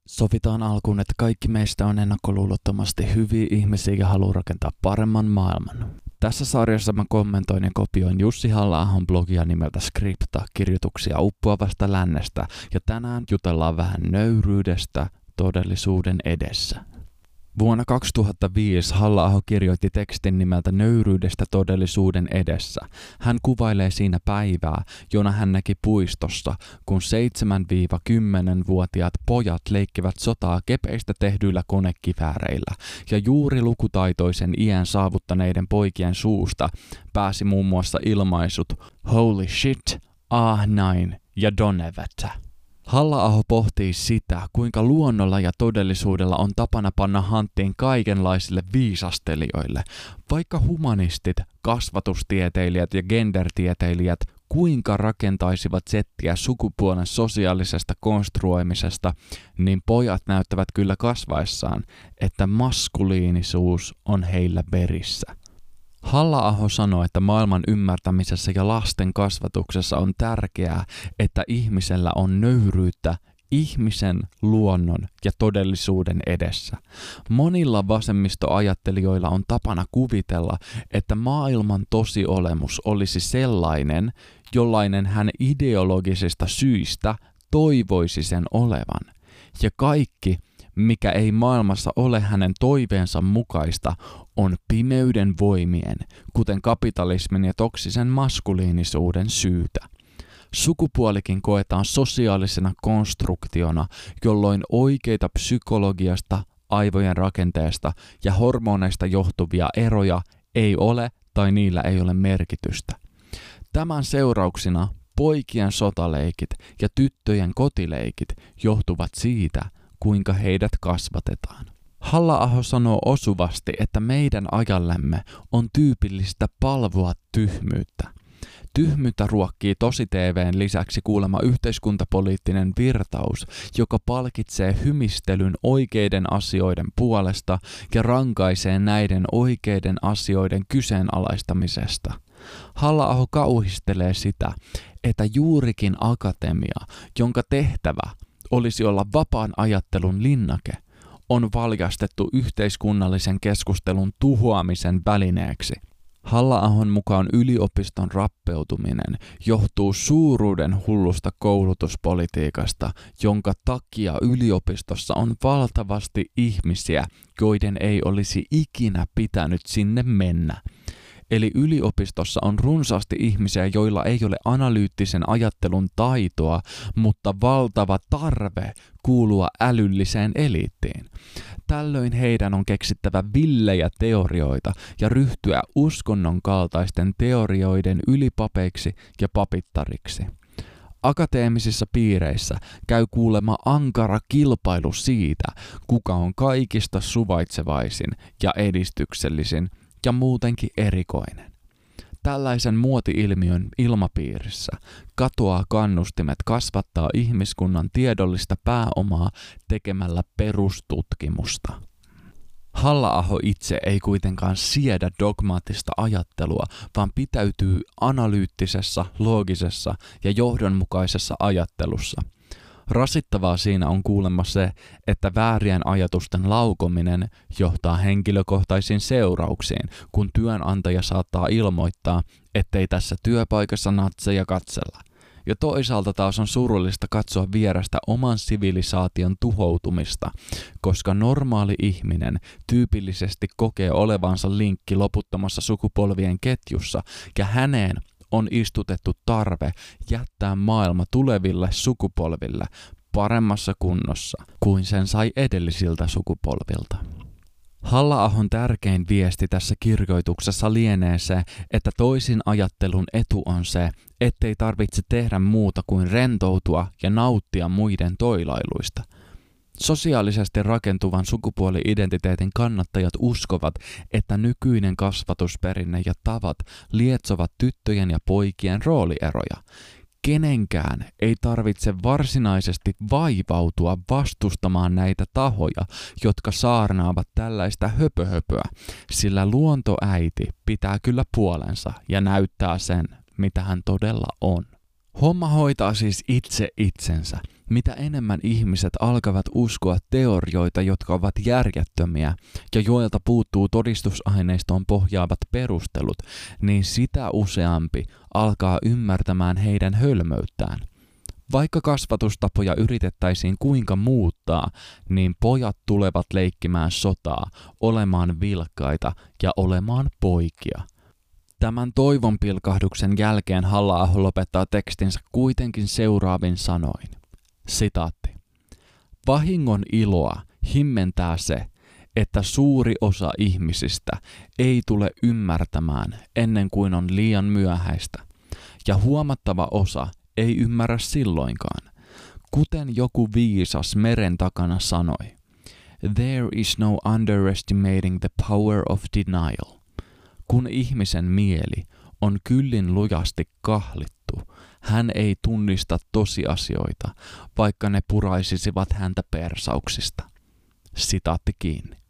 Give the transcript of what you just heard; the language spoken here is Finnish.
Sovitaan alkuun, että kaikki meistä on ennakkoluulottomasti hyviä ihmisiä ja haluaa rakentaa paremman maailman. Tässä sarjassa mä kommentoin ja kopioin Jussi Halla-ahon blogia nimeltä Skripta, kirjoituksia uppoavasta lännestä, ja tänään jutellaan vähän nöyryydestä todellisuuden edessä. Vuonna 2005 Halla-aho kirjoitti tekstin nimeltä Nöyryydestä todellisuuden edessä. Hän kuvailee siinä päivää, jona hän näki puistossa, kun 7-10-vuotiaat pojat leikkivät sotaa kepeistä tehdyillä konekivääreillä, ja juuri lukutaitoisen iän saavuttaneiden poikien suusta pääsi muun muassa ilmaisut Holy shit, näin ja Donevet. Halla-aho pohtii sitä, kuinka luonnolla ja todellisuudella on tapana panna hanttiin kaikenlaisille viisastelijoille, vaikka humanistit, kasvatustieteilijät ja gendertieteilijät kuinka rakentaisivat settiä sukupuolen sosiaalisesta konstruoimisesta, niin pojat näyttävät kyllä kasvaessaan, että maskuliinisuus on heillä verissä. Halla-aho sanoi, että maailman ymmärtämisessä ja lasten kasvatuksessa on tärkeää, että ihmisellä on nöyryyttä ihmisen, luonnon ja todellisuuden edessä. Monilla vasemmistoajattelijoilla on tapana kuvitella, että maailman tosiolemus olisi sellainen, jollainen hän ideologisista syistä toivoisi sen olevan. Ja kaikki, mikä ei maailmassa ole hänen toiveensa mukaista, on pimeyden voimien, kuten kapitalismin ja toksisen maskuliinisuuden syytä. Sukupuolikin koetaan sosiaalisena konstruktiona, jolloin oikeita psykologiasta, aivojen rakenteesta ja hormoneista johtuvia eroja ei ole tai niillä ei ole merkitystä. Tämän seurauksena poikien sotaleikit ja tyttöjen kotileikit johtuvat siitä, kuinka heidät kasvatetaan. Halla-aho sanoo osuvasti, että meidän ajallemme on tyypillistä palvoa tyhmyyttä. Tyhmyyttä ruokkii tosi-TV:n lisäksi kuulemma yhteiskuntapoliittinen virtaus, joka palkitsee hymistelyn oikeiden asioiden puolesta ja rankaisee näiden oikeiden asioiden kyseenalaistamisesta. Halla-aho kauhistelee sitä, että juurikin akatemia, jonka tehtävä olisi olla vapaan ajattelun linnake, on valjastettu yhteiskunnallisen keskustelun tuhoamisen välineeksi. Halla-ahon mukaan yliopiston rappeutuminen johtuu suuruuden hullusta koulutuspolitiikasta, jonka takia yliopistossa on valtavasti ihmisiä, joiden ei olisi ikinä pitänyt sinne mennä. Eli yliopistossa on runsaasti ihmisiä, joilla ei ole analyyttisen ajattelun taitoa, mutta valtava tarve kuulua älylliseen eliittiin. Tällöin heidän on keksittävä villejä teorioita ja ryhtyä uskonnon kaltaisten teorioiden ylipapeiksi ja papittariksi. Akateemisissa piireissä käy kuulemma ankara kilpailu siitä, kuka on kaikista suvaitsevaisin ja edistyksellisin ja muutenkin erikoinen. Tällaisen muoti-ilmiön ilmapiirissä katoaa kannustimet kasvattaa ihmiskunnan tiedollista pääomaa tekemällä perustutkimusta. Halla-aho itse ei kuitenkaan siedä dogmaattista ajattelua, vaan pitäytyy analyyttisessa, loogisessa ja johdonmukaisessa ajattelussa. Rasittavaa siinä on kuulemma se, että väärien ajatusten laukominen johtaa henkilökohtaisiin seurauksiin, kun työnantaja saattaa ilmoittaa, ettei tässä työpaikassa natseja katsella. Ja toisaalta taas on surullista katsoa vierestä oman sivilisaation tuhoutumista, koska normaali ihminen tyypillisesti kokee olevansa linkki loputtomassa sukupolvien ketjussa, ja häneen on istutettu tarve jättää maailma tuleville sukupolville paremmassa kunnossa kuin sen sai edellisiltä sukupolvilta. Halla-ahon tärkein viesti tässä kirjoituksessa lienee se, että toisin ajattelun etu on se, ettei tarvitse tehdä muuta kuin rentoutua ja nauttia muiden toilailuista. Sosiaalisesti rakentuvan sukupuoli-identiteetin kannattajat uskovat, että nykyinen kasvatusperinne ja tavat lietsovat tyttöjen ja poikien roolieroja. Kenenkään ei tarvitse varsinaisesti vaivautua vastustamaan näitä tahoja, jotka saarnaavat tällaista höpöhöpöä, sillä luontoäiti pitää kyllä puolensa ja näyttää sen, mitä hän todella on. Homma hoitaa siis itse itsensä, Mitä enemmän ihmiset alkavat uskoa teorioita, jotka ovat järjettömiä ja joilta puuttuu todistusaineistoon pohjaavat perustelut, niin sitä useampi alkaa ymmärtämään heidän hölmöyttään. Vaikka kasvatustapoja yritettäisiin kuinka muuttaa, niin pojat tulevat leikkimään sotaa, olemaan vilkkaita ja olemaan poikia. Tämän toivonpilkahduksen jälkeen Halla-aho lopettaa tekstinsä kuitenkin seuraavin sanoin. Sitaatti. Vahingon iloa himmentää se, että suuri osa ihmisistä ei tule ymmärtämään ennen kuin on liian myöhäistä, ja huomattava osa ei ymmärrä silloinkaan. Kuten joku viisas meren takana sanoi, there is no underestimating the power of denial. Kun ihmisen mieli on kyllin lujasti kahlittu, hän ei tunnista tosiasioita, vaikka ne puraisisivat häntä persauksista. Sitaatti kiinni.